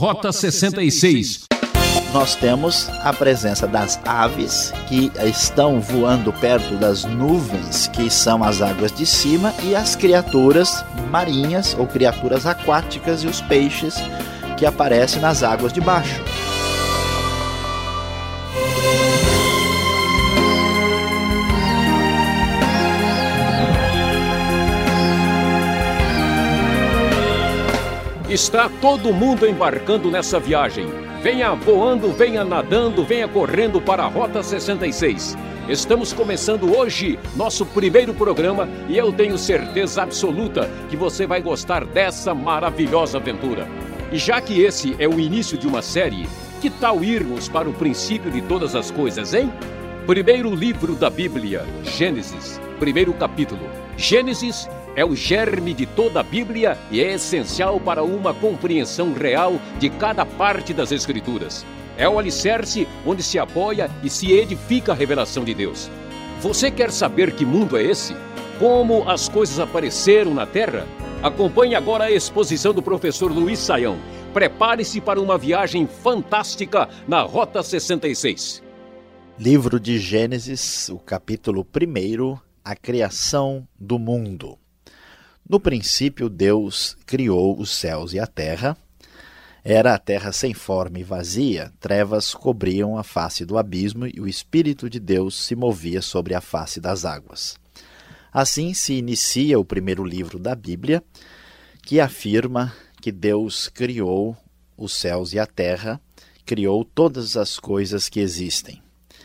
Rota 66. Nós temos a presença das aves que estão voando perto das nuvens, que são as águas de cima, e as criaturas marinhas ou criaturas aquáticas e os peixes que aparecem nas águas de baixo. Está todo mundo embarcando nessa viagem. Venha voando, venha nadando, venha correndo para a Rota 66. Estamos começando hoje nosso primeiro programa e eu tenho certeza absoluta que você vai gostar dessa maravilhosa aventura. E já que esse é o início de uma série, que tal irmos para o princípio de todas as coisas, hein? Primeiro livro da Bíblia, Gênesis, primeiro capítulo. Gênesis é o germe de toda a Bíblia e é essencial para uma compreensão real de cada parte das Escrituras. É o alicerce onde se apoia e se edifica a revelação de Deus. Você quer saber que mundo é esse? Como as coisas apareceram na Terra? Acompanhe agora a exposição do professor Luiz Saião. Prepare-se para uma viagem fantástica na Rota 66. Livro de Gênesis, o capítulo 1, a criação do mundo. No princípio, Deus criou os céus e a terra. Era a terra sem forma e vazia, trevas cobriam a face do abismo e o Espírito de Deus se movia sobre a face das águas. Assim se inicia o primeiro livro da Bíblia, que afirma que Deus criou os céus e a terra, criou todas as coisas que existem.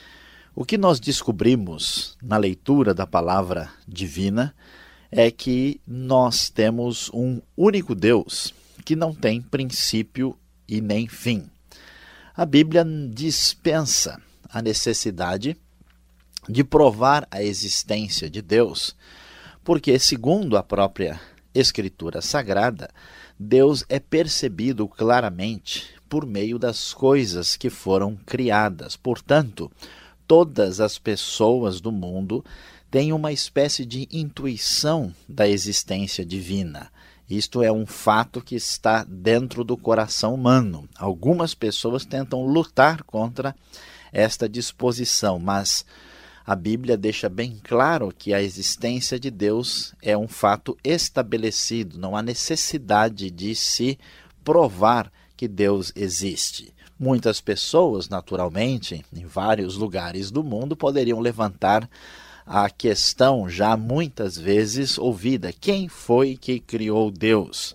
O que nós descobrimos na leitura da palavra divina é que nós temos um único Deus que não tem princípio e nem fim. A Bíblia dispensa a necessidade de provar a existência de Deus, porque, segundo a própria Escritura Sagrada, Deus é percebido claramente por meio das coisas que foram criadas. Portanto, todas as pessoas do mundo têm uma espécie de intuição da existência divina. Isto é um fato que está dentro do coração humano. Algumas pessoas tentam lutar contra esta disposição, mas a Bíblia deixa bem claro que a existência de Deus é um fato estabelecido. Não há necessidade de se provar que Deus existe. Muitas pessoas, naturalmente, em vários lugares do mundo, poderiam levantar a questão já muitas vezes ouvida: quem foi que criou Deus?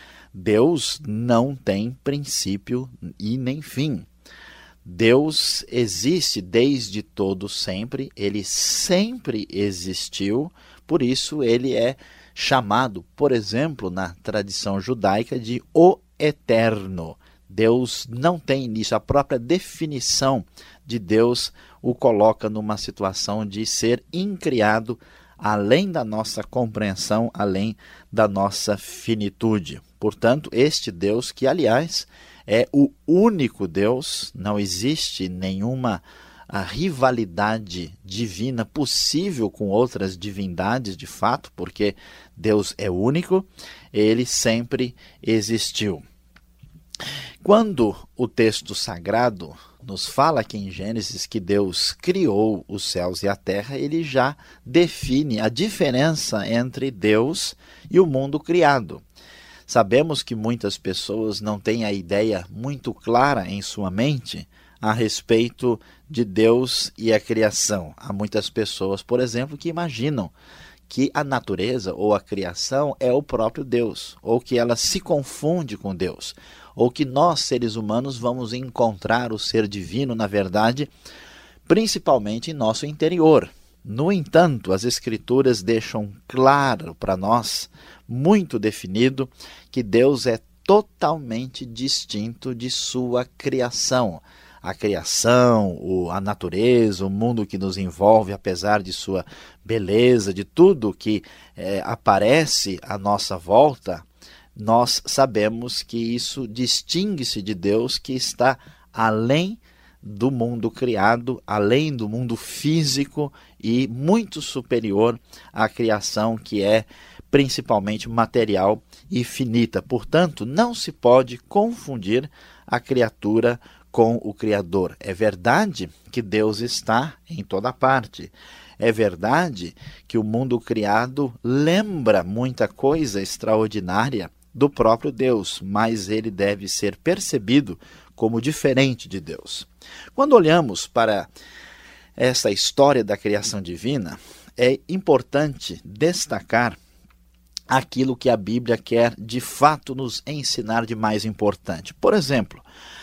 Deus não tem princípio e nem fim. Deus existe desde todo sempre, ele sempre existiu, por isso ele é chamado, por exemplo, na tradição judaica, de o Eterno. Deus não tem início. A própria definição de Deus o coloca numa situação de ser incriado, além da nossa compreensão, além da nossa finitude. Portanto, este Deus, que aliás é o único Deus, não existe nenhuma rivalidade divina possível com outras divindades de fato, porque Deus é único, ele sempre existiu. Quando o texto sagrado nos fala aqui em Gênesis que Deus criou os céus e a terra, ele já define a diferença entre Deus e o mundo criado. Sabemos que muitas pessoas não têm a ideia muito clara em sua mente a respeito de Deus e a criação. Há muitas pessoas, por exemplo, que imaginam que a natureza ou a criação é o próprio Deus, ou que ela se confunde com Deus, ou que nós, seres humanos, vamos encontrar o ser divino, na verdade, principalmente em nosso interior. No entanto, as Escrituras deixam claro para nós, muito definido, que Deus é totalmente distinto de sua criação. A criação, a natureza, o mundo que nos envolve, apesar de sua beleza, de tudo que aparece à nossa volta, nós sabemos que isso distingue-se de Deus, que está além do mundo criado, além do mundo físico e muito superior à criação que é principalmente material e finita. Portanto, não se pode confundir a criatura com o Criador. É verdade que Deus está em toda parte. É verdade que o mundo criado lembra muita coisa extraordinária do próprio Deus, mas ele deve ser percebido como diferente de Deus. Quando olhamos para essa história da criação divina, é importante destacar aquilo que a Bíblia quer de fato nos ensinar de mais importante. Por exemplo,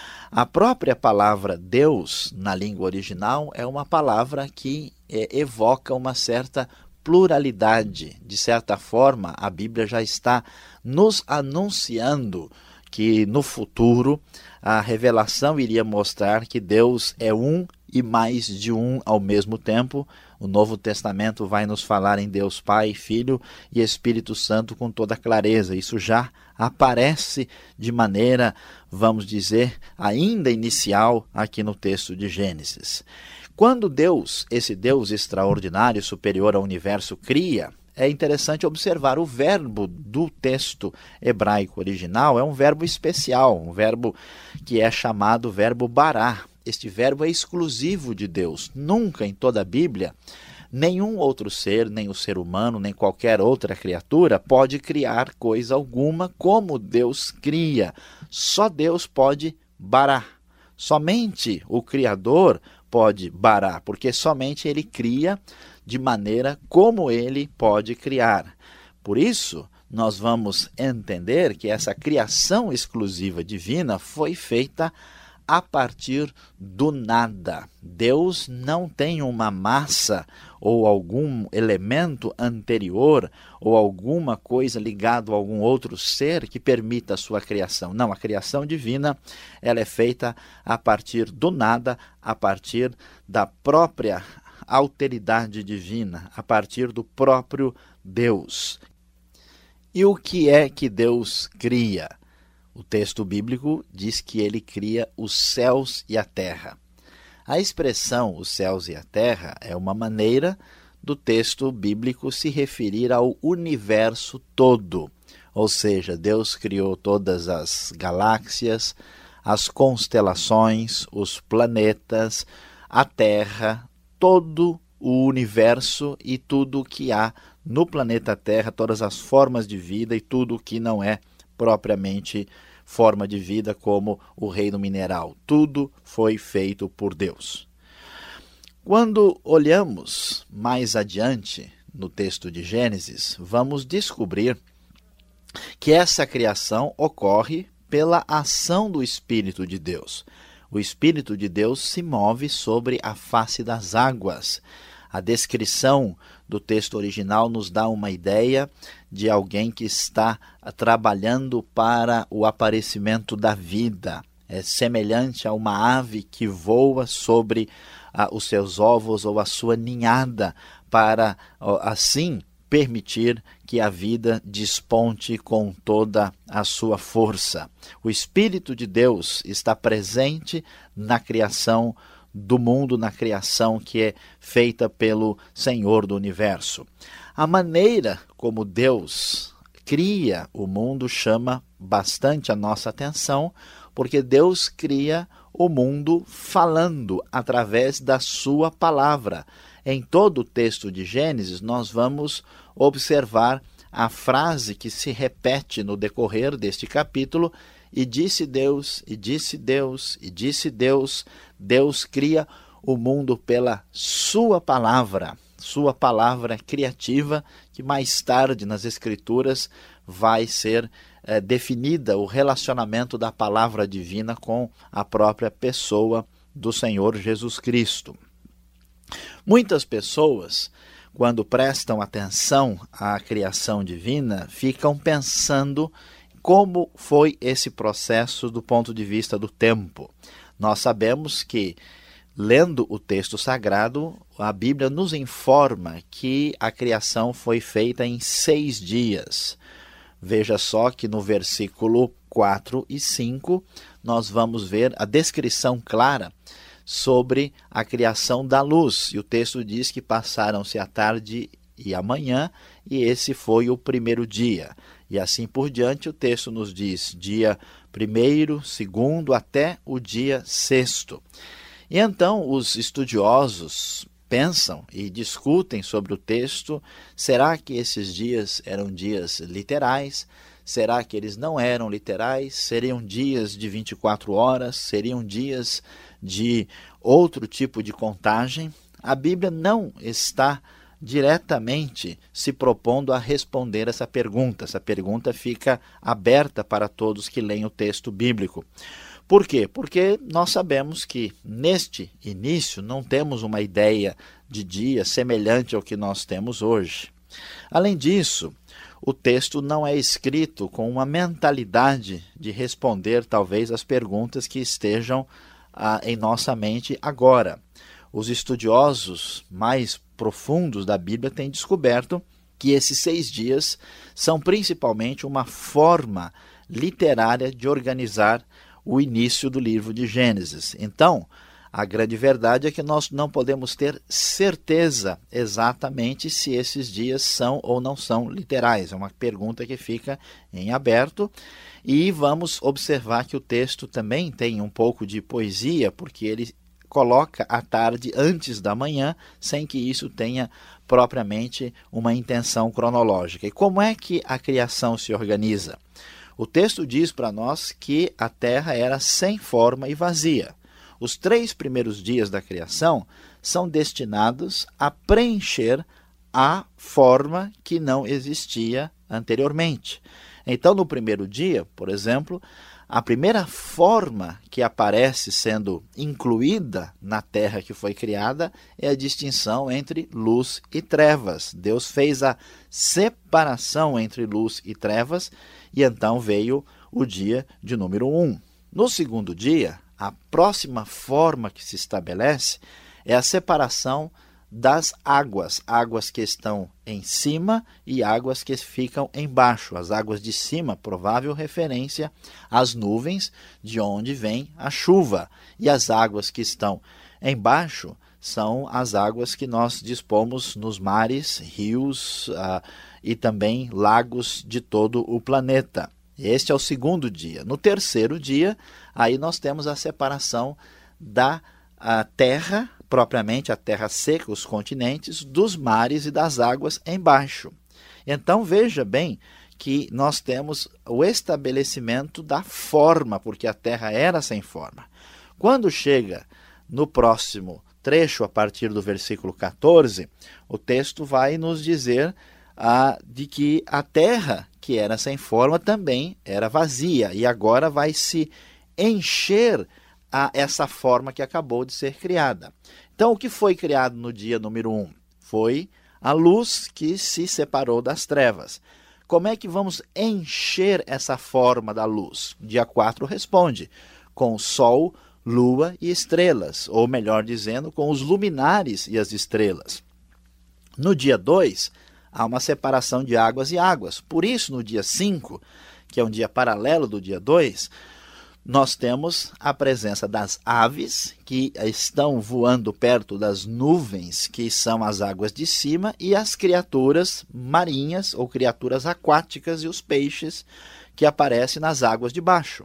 a própria palavra Deus, na língua original, é uma palavra que evoca uma certa pluralidade. De certa forma, a Bíblia já está nos anunciando que no futuro a revelação iria mostrar que Deus é um e mais de um ao mesmo tempo. O Novo Testamento vai nos falar em Deus Pai, Filho e Espírito Santo com toda clareza. Isso já aparece de maneira, vamos dizer, ainda inicial aqui no texto de Gênesis. Quando Deus, esse Deus extraordinário, superior ao universo, cria, é interessante observar o verbo do texto hebraico original. É um verbo especial, um verbo que é chamado verbo bará. Este verbo é exclusivo de Deus. Nunca em toda a Bíblia, nenhum outro ser, nem o ser humano, nem qualquer outra criatura pode criar coisa alguma como Deus cria. Só Deus pode bará. Somente o Criador pode bará, porque somente Ele cria de maneira como Ele pode criar. Por isso, nós vamos entender que essa criação exclusiva divina foi feita a partir do nada. Deus não tem uma massa ou algum elemento anterior ou alguma coisa ligada a algum outro ser que permita a sua criação. Não, a criação divina ela é feita a partir do nada, a partir da própria alteridade divina, a partir do próprio Deus. E o que é que Deus cria? O texto bíblico diz que ele cria os céus e a terra. A expressão os céus e a terra é uma maneira do texto bíblico se referir ao universo todo. Ou seja, Deus criou todas as galáxias, as constelações, os planetas, a terra, todo o universo e tudo o que há no planeta Terra, todas as formas de vida e tudo o que não é propriamente forma de vida, como o reino mineral. Tudo foi feito por Deus. Quando olhamos mais adiante no texto de Gênesis, vamos descobrir que essa criação ocorre pela ação do Espírito de Deus. O Espírito de Deus se move sobre a face das águas. A descrição do texto original nos dá uma ideia de alguém que está trabalhando para o aparecimento da vida. É semelhante a uma ave que voa sobre os seus ovos ou a sua ninhada para, assim, permitir que a vida desponte com toda a sua força. O Espírito de Deus está presente na criação do mundo, na criação que é feita pelo Senhor do Universo. A maneira como Deus cria o mundo chama bastante a nossa atenção, porque Deus cria o mundo falando através da sua palavra. Em todo o texto de Gênesis, nós vamos observar a frase que se repete no decorrer deste capítulo: e disse Deus, e disse Deus, e disse Deus. Deus cria o mundo pela sua palavra criativa, que mais tarde nas Escrituras vai ser definida o relacionamento da palavra divina com a própria pessoa do Senhor Jesus Cristo. Muitas pessoas, quando prestam atenção à criação divina, ficam pensando como foi esse processo do ponto de vista do tempo. Nós sabemos que, lendo o texto sagrado, a Bíblia nos informa que a criação foi feita em 6 dias. Veja só que no versículo 4 e 5, nós vamos ver a descrição clara sobre a criação da luz. E o texto diz que passaram-se a tarde e amanhã, e esse foi o primeiro dia. E assim por diante, o texto nos diz dia 1º, 2º, até o dia 6º. E então os estudiosos pensam e discutem sobre o texto. Será que esses dias eram dias literais? Será que eles não eram literais? Seriam dias de 24 horas? Seriam dias de outro tipo de contagem? A Bíblia não está diretamente se propondo a responder essa pergunta. Essa pergunta fica aberta para todos que leem o texto bíblico. Por quê? Porque nós sabemos que neste início não temos uma ideia de dia semelhante ao que nós temos hoje. Além disso, o texto não é escrito com uma mentalidade de responder talvez as perguntas que estejam em nossa mente agora. Os estudiosos mais profundos da Bíblia têm descoberto que esses 6 dias são principalmente uma forma literária de organizar o início do livro de Gênesis. Então, a grande verdade é que nós não podemos ter certeza exatamente se esses dias são ou não são literais. É uma pergunta que fica em aberto. E vamos observar que o texto também tem um pouco de poesia, porque ele coloca a tarde antes da manhã, sem que isso tenha propriamente uma intenção cronológica. E como é que a criação se organiza? O texto diz para nós que a terra era sem forma e vazia. Os 3 primeiros dias da criação são destinados a preencher a forma que não existia anteriormente. Então, no primeiro dia, por exemplo, a primeira forma que aparece sendo incluída na terra que foi criada é a distinção entre luz e trevas. Deus fez a separação entre luz e trevas e então veio o dia de número 1. No segundo dia, a próxima forma que se estabelece é a separação das águas, águas que estão em cima e águas que ficam embaixo. As águas de cima, provável referência às nuvens de onde vem a chuva. E as águas que estão embaixo são as águas que nós dispomos nos mares, rios e também lagos de todo o planeta. Este é o segundo dia. No terceiro dia, aí nós temos a separação da terra, propriamente a terra seca, os continentes, dos mares e das águas embaixo. Então veja bem que nós temos o estabelecimento da forma, porque a terra era sem forma. Quando chega no próximo trecho, a partir do versículo 14, o texto vai nos dizer de que a terra, que era sem forma, também era vazia, e agora vai se encher a essa forma que acabou de ser criada. Então, o que foi criado no dia número 1? Foi a luz que se separou das trevas. Como é que vamos encher essa forma da luz? Dia 4 responde, com sol, lua e estrelas, ou melhor dizendo, com os luminares e as estrelas. No dia 2, há uma separação de águas e águas. Por isso, no dia 5, que é um dia paralelo do dia 2, nós temos a presença das aves que estão voando perto das nuvens, que são as águas de cima, e as criaturas marinhas ou criaturas aquáticas e os peixes que aparecem nas águas de baixo.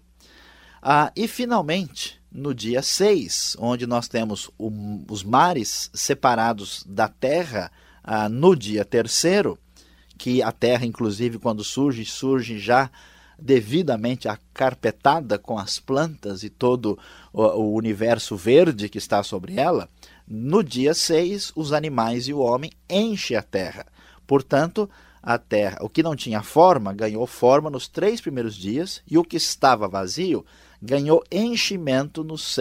E finalmente, no dia 6, onde nós temos os mares separados da terra, no dia 3º, que a terra, inclusive, quando surge já devidamente acarpetada com as plantas e todo o universo verde que está sobre ela, no dia 6, os animais e o homem enchem a terra. Portanto, a terra, o que não tinha forma, ganhou forma nos 3 primeiros dias, e o que estava vazio ganhou enchimento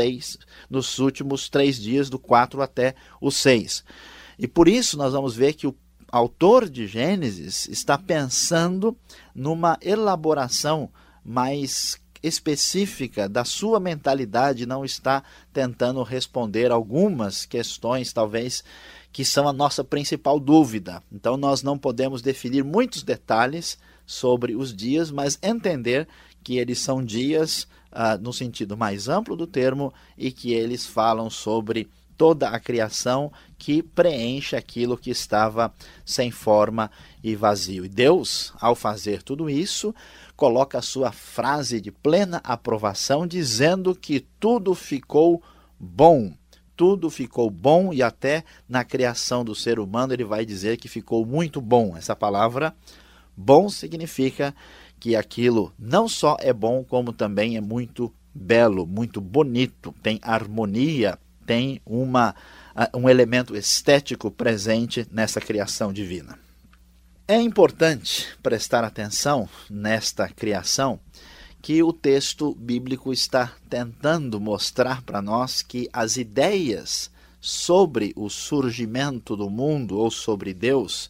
nos últimos 3 dias, do 4 até o 6. E por isso nós vamos ver que o autor de Gênesis está pensando numa elaboração mais específica da sua mentalidade, não está tentando responder algumas questões, talvez, que são a nossa principal dúvida. Então nós não podemos definir muitos detalhes sobre os dias, mas entender que eles são dias no sentido mais amplo do termo e que eles falam sobre toda a criação que preenche aquilo que estava sem forma e vazio. E Deus, ao fazer tudo isso, coloca a sua frase de plena aprovação, dizendo que tudo ficou bom. Tudo ficou bom, e até na criação do ser humano ele vai dizer que ficou muito bom. Essa palavra bom significa que aquilo não só é bom, como também é muito belo, muito bonito, tem harmonia, tem um elemento estético presente nessa criação divina. É importante prestar atenção nesta criação, que o texto bíblico está tentando mostrar para nós que as ideias sobre o surgimento do mundo ou sobre Deus,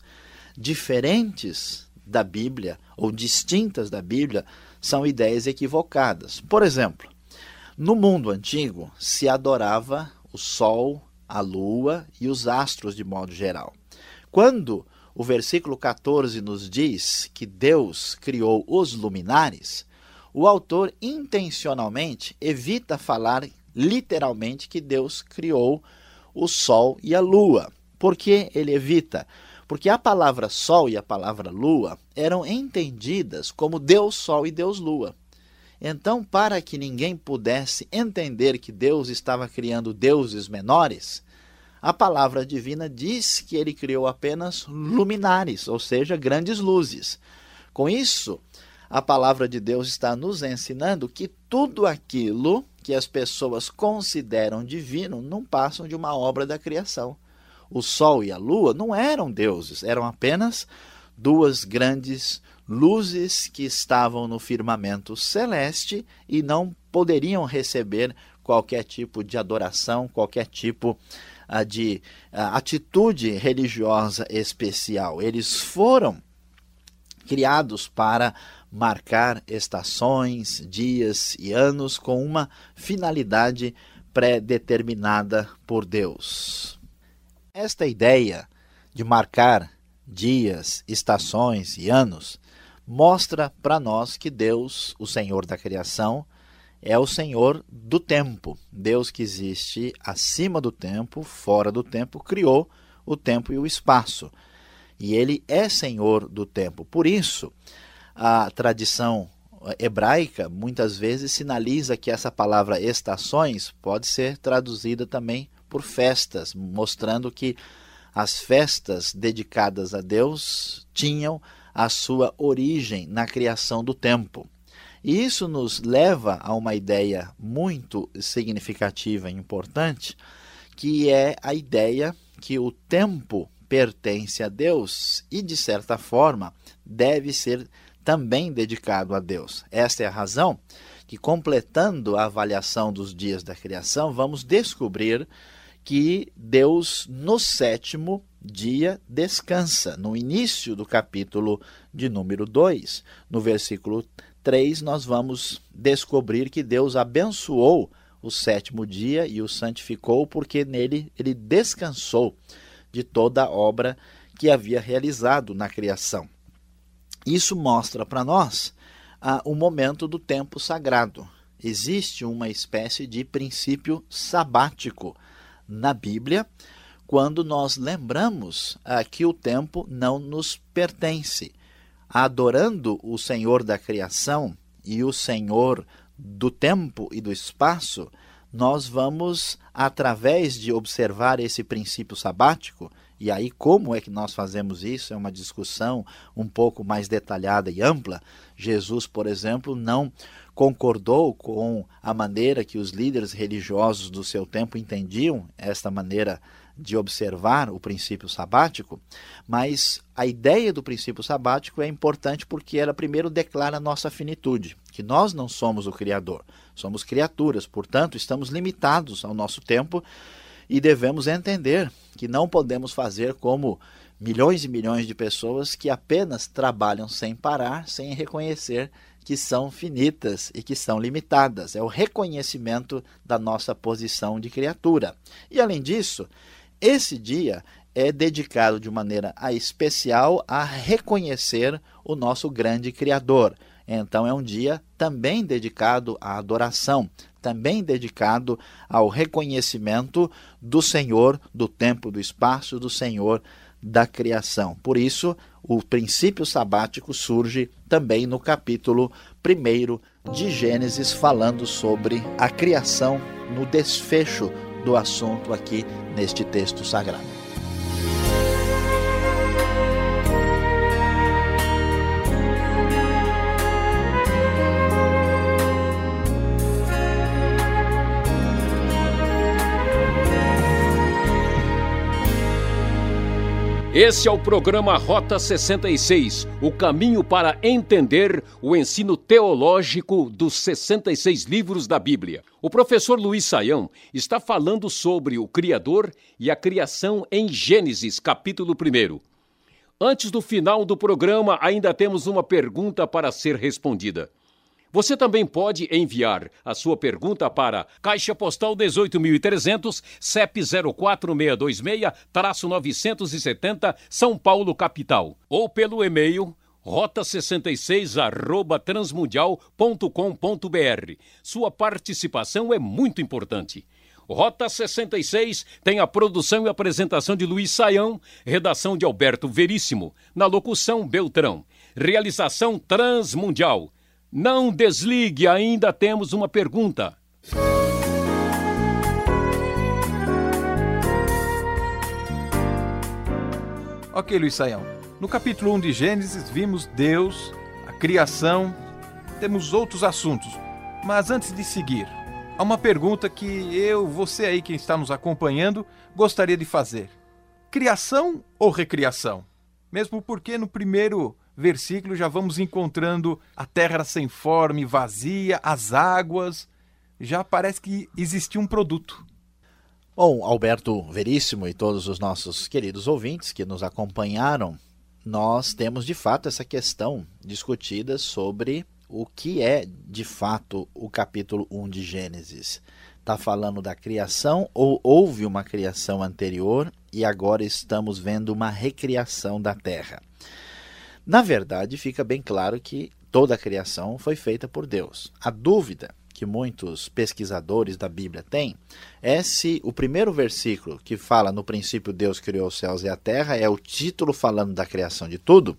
diferentes da Bíblia ou distintas da Bíblia, são ideias equivocadas. Por exemplo, no mundo antigo se adorava o sol, a lua e os astros de modo geral. Quando o versículo 14 nos diz que Deus criou os luminares, o autor intencionalmente evita falar literalmente que Deus criou o sol e a lua. Por que ele evita? Porque a palavra sol e a palavra lua eram entendidas como Deus Sol e Deus Lua. Então, para que ninguém pudesse entender que Deus estava criando deuses menores, a palavra divina diz que ele criou apenas luminares, ou seja, grandes luzes. Com isso, a palavra de Deus está nos ensinando que tudo aquilo que as pessoas consideram divino não passam de uma obra da criação. O sol e a lua não eram deuses, eram apenas duas grandes luzes que estavam no firmamento celeste e não poderiam receber qualquer tipo de adoração, qualquer tipo de atitude religiosa especial. Eles foram criados para marcar estações, dias e anos com uma finalidade pré-determinada por Deus. Esta ideia de marcar dias, estações e anos mostra para nós que Deus, o Senhor da criação, é o Senhor do tempo. Deus que existe acima do tempo, fora do tempo, criou o tempo e o espaço. E ele é Senhor do tempo. Por isso, a tradição hebraica muitas vezes sinaliza que essa palavra estações pode ser traduzida também por festas, mostrando que as festas dedicadas a Deus tinham a sua origem na criação do tempo. E isso nos leva a uma ideia muito significativa e importante, que é a ideia que o tempo pertence a Deus e, de certa forma, deve ser também dedicado a Deus. Esta é a razão que, completando a avaliação dos dias da criação, vamos descobrir que Deus, no sétimo dia, descansa. No início do capítulo de número 2, no versículo 3, nós vamos descobrir que Deus abençoou o sétimo dia e o santificou, porque nele ele descansou de toda a obra que havia realizado na criação. Isso mostra para nós o momento do tempo sagrado. Existe uma espécie de princípio sabático na Bíblia, quando nós lembramos que o tempo não nos pertence. Adorando o Senhor da criação e o Senhor do tempo e do espaço, nós vamos, através de observar esse princípio sabático, e aí como é que nós fazemos isso? É uma discussão um pouco mais detalhada e ampla. Jesus, por exemplo, não concordou com a maneira que os líderes religiosos do seu tempo entendiam esta maneira de observar o princípio sabático, mas a ideia do princípio sabático é importante porque ela primeiro declara a nossa finitude, que nós não somos o Criador, somos criaturas, portanto estamos limitados ao nosso tempo e devemos entender que não podemos fazer como milhões e milhões de pessoas que apenas trabalham sem parar, sem reconhecer que são finitas e que são limitadas. É o reconhecimento da nossa posição de criatura. E além disso, esse dia é dedicado de maneira especial a reconhecer o nosso grande Criador. Então é um dia também dedicado à adoração, também dedicado ao reconhecimento do Senhor do tempo, do espaço, do Senhor da criação. Por isso, o princípio sabático surge também no capítulo 1 de Gênesis, falando sobre a criação no desfecho do assunto aqui neste texto sagrado. Esse é o programa Rota 66, o caminho para entender o ensino teológico dos 66 livros da Bíblia. O professor Luiz Saião está falando sobre o Criador e a criação em Gênesis, capítulo 1. Antes do final do programa, ainda temos uma pergunta para ser respondida. Você também pode enviar a sua pergunta para Caixa Postal 18.300, CEP 04626-970, São Paulo, capital. Ou pelo e-mail rota66@transmundial.com.br. Sua participação é muito importante. Rota 66 tem a produção e apresentação de Luiz Saião, redação de Alberto Veríssimo, na locução Beltrão. Realização Transmundial. Não desligue, ainda temos uma pergunta. Ok, Luiz Saião. No capítulo 1 de Gênesis, vimos Deus, a criação, temos outros assuntos. Mas antes de seguir, há uma pergunta que você aí, quem está nos acompanhando, gostaria de fazer. Criação ou recriação? Mesmo porque no primeiro versículo já vamos encontrando a terra sem forma e vazia, as águas, já parece que existia um produto. Bom, Alberto Veríssimo e todos os nossos queridos ouvintes que nos acompanharam, nós temos de fato essa questão discutida sobre o que é de fato o capítulo 1 de Gênesis. Está falando da criação ou houve uma criação anterior e agora estamos vendo uma recriação da terra? Na verdade, fica bem claro que toda a criação foi feita por Deus. A dúvida que muitos pesquisadores da Bíblia têm é se o primeiro versículo, que fala no princípio Deus criou os céus e a terra, é o título falando da criação de tudo,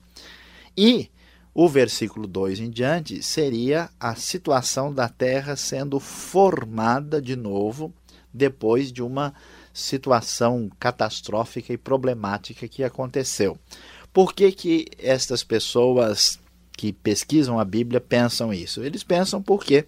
e o versículo 2 em diante seria a situação da terra sendo formada de novo depois de uma situação catastrófica e problemática que aconteceu. Por que estas pessoas que pesquisam a Bíblia pensam isso? Eles pensam porque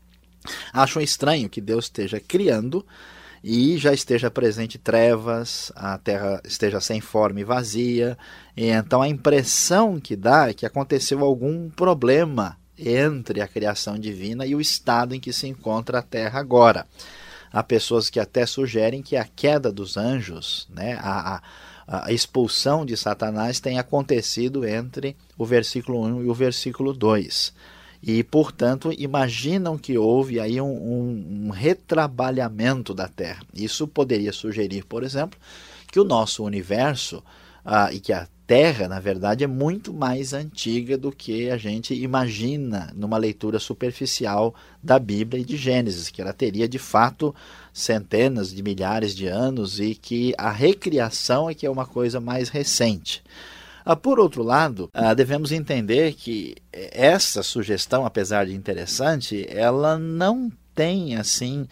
acham estranho que Deus esteja criando e já esteja presente trevas, a terra esteja sem forma e vazia. E então a impressão que dá é que aconteceu algum problema entre a criação divina e o estado em que se encontra a terra agora. Há pessoas que até sugerem que a queda dos anjos, né, a expulsão de Satanás tem acontecido entre o versículo 1 e o versículo 2. E, portanto, imaginam que houve aí um retrabalhamento da Terra. Isso poderia sugerir, por exemplo, que o nosso universo e que a Terra, na verdade, é muito mais antiga do que a gente imagina numa leitura superficial da Bíblia e de Gênesis, que ela teria, de fato, centenas de milhares de anos e que a recriação é que é uma coisa mais recente. Por outro lado, devemos entender que essa sugestão, apesar de interessante, ela não tem assim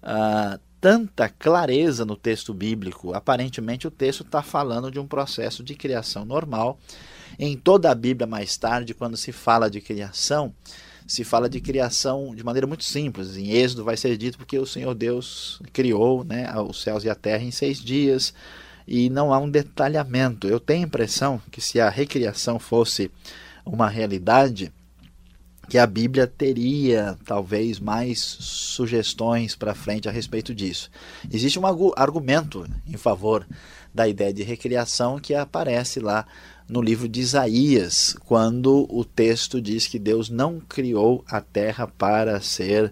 tanta clareza no texto bíblico. Aparentemente o texto está falando de um processo de criação normal. Em toda a Bíblia mais tarde, quando se fala de criação, se fala de criação de maneira muito simples. Em Êxodo vai ser dito porque o Senhor Deus criou, né, os céus e a terra em 6 dias. E não há um detalhamento. Eu tenho a impressão que se a recriação fosse uma realidade, que a Bíblia teria talvez mais sugestões para frente a respeito disso. Existe um argumento em favor da ideia de recriação que aparece lá no livro de Isaías, quando o texto diz que Deus não criou a terra para ser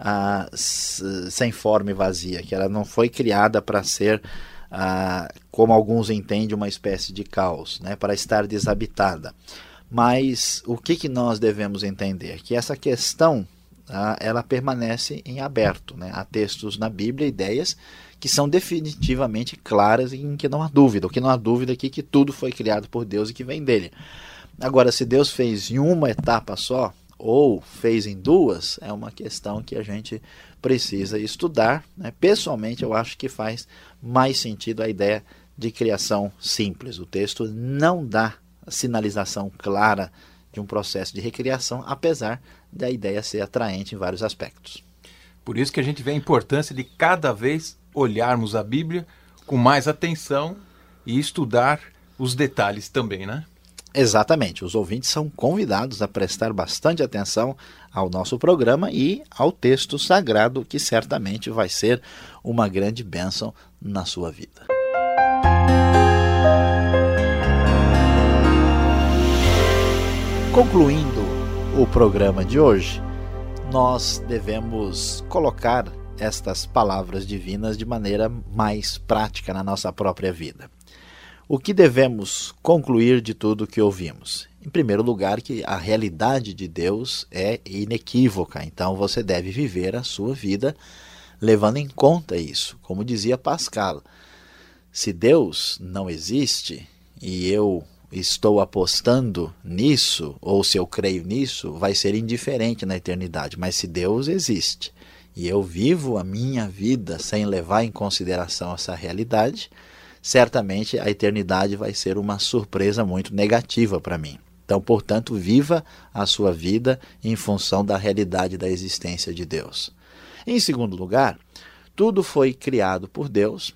sem forma e vazia, que ela não foi criada para ser como alguns entendem, uma espécie de caos, né, para estar desabitada. Mas o que nós devemos entender? Que essa questão ela permanece em aberto, né? Há textos na Bíblia, ideias que são definitivamente claras e em que não há dúvida. O que não há dúvida aqui é que tudo foi criado por Deus e que vem dele. Agora, se Deus fez em uma etapa só, ou fez em duas, é uma questão que a gente precisa estudar, né? Pessoalmente, eu acho que faz mais sentido a ideia de criação simples. O texto não dá sinalização clara de um processo de recriação, apesar da ideia ser atraente em vários aspectos. Por isso que a gente vê a importância de cada vez olharmos a Bíblia com mais atenção e estudar os detalhes também, né? Exatamente. Os ouvintes são convidados a prestar bastante atenção ao nosso programa e ao texto sagrado, que certamente vai ser uma grande bênção na sua vida. Concluindo o programa de hoje, nós devemos colocar estas palavras divinas de maneira mais prática na nossa própria vida. O que devemos concluir de tudo que ouvimos? Em primeiro lugar, que a realidade de Deus é inequívoca, então você deve viver a sua vida levando em conta isso. Como dizia Pascal, se Deus não existe e eu estou apostando nisso, ou se eu creio nisso, vai ser indiferente na eternidade. Mas se Deus existe e eu vivo a minha vida sem levar em consideração essa realidade, certamente a eternidade vai ser uma surpresa muito negativa para mim. Então, portanto, viva a sua vida em função da realidade da existência de Deus. Em segundo lugar, tudo foi criado por Deus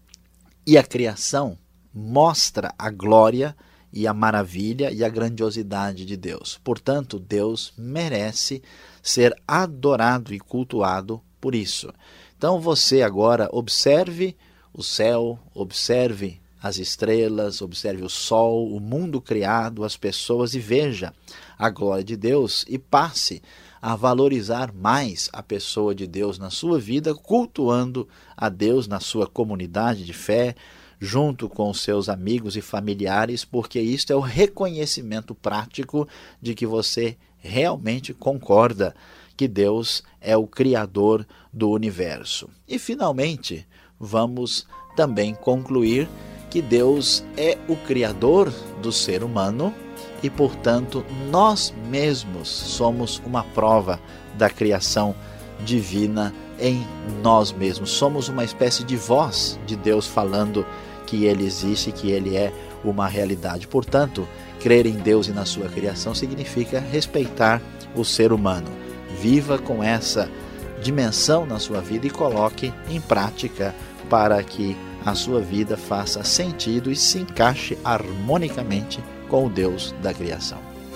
e a criação mostra a glória e a maravilha e a grandiosidade de Deus. Portanto, Deus merece ser adorado e cultuado por isso. Então, você agora observe o céu, observe as estrelas, observe o sol, o mundo criado, as pessoas e veja a glória de Deus e passe a valorizar mais a pessoa de Deus na sua vida, cultuando a Deus na sua comunidade de fé, junto com os seus amigos e familiares, porque isto é o reconhecimento prático de que você realmente concorda que Deus é o Criador do universo. E, finalmente, vamos também concluir que Deus é o Criador do ser humano e, portanto, nós mesmos somos uma prova da criação divina em nós mesmos. Somos uma espécie de voz de Deus falando que Ele existe, que Ele é uma realidade. Portanto, crer em Deus e na sua criação significa respeitar o ser humano. Viva com essa dimensão na sua vida e coloque em prática para que a sua vida faça sentido e se encaixe harmonicamente com o Deus da criação.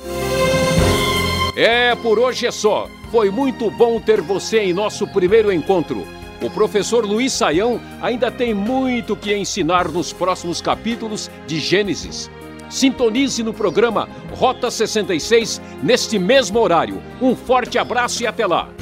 Por hoje é só. Foi muito bom ter você em nosso primeiro encontro. O professor Luiz Saião ainda tem muito que ensinar nos próximos capítulos de Gênesis. Sintonize no programa Rota 66 neste mesmo horário. Um forte abraço e até lá!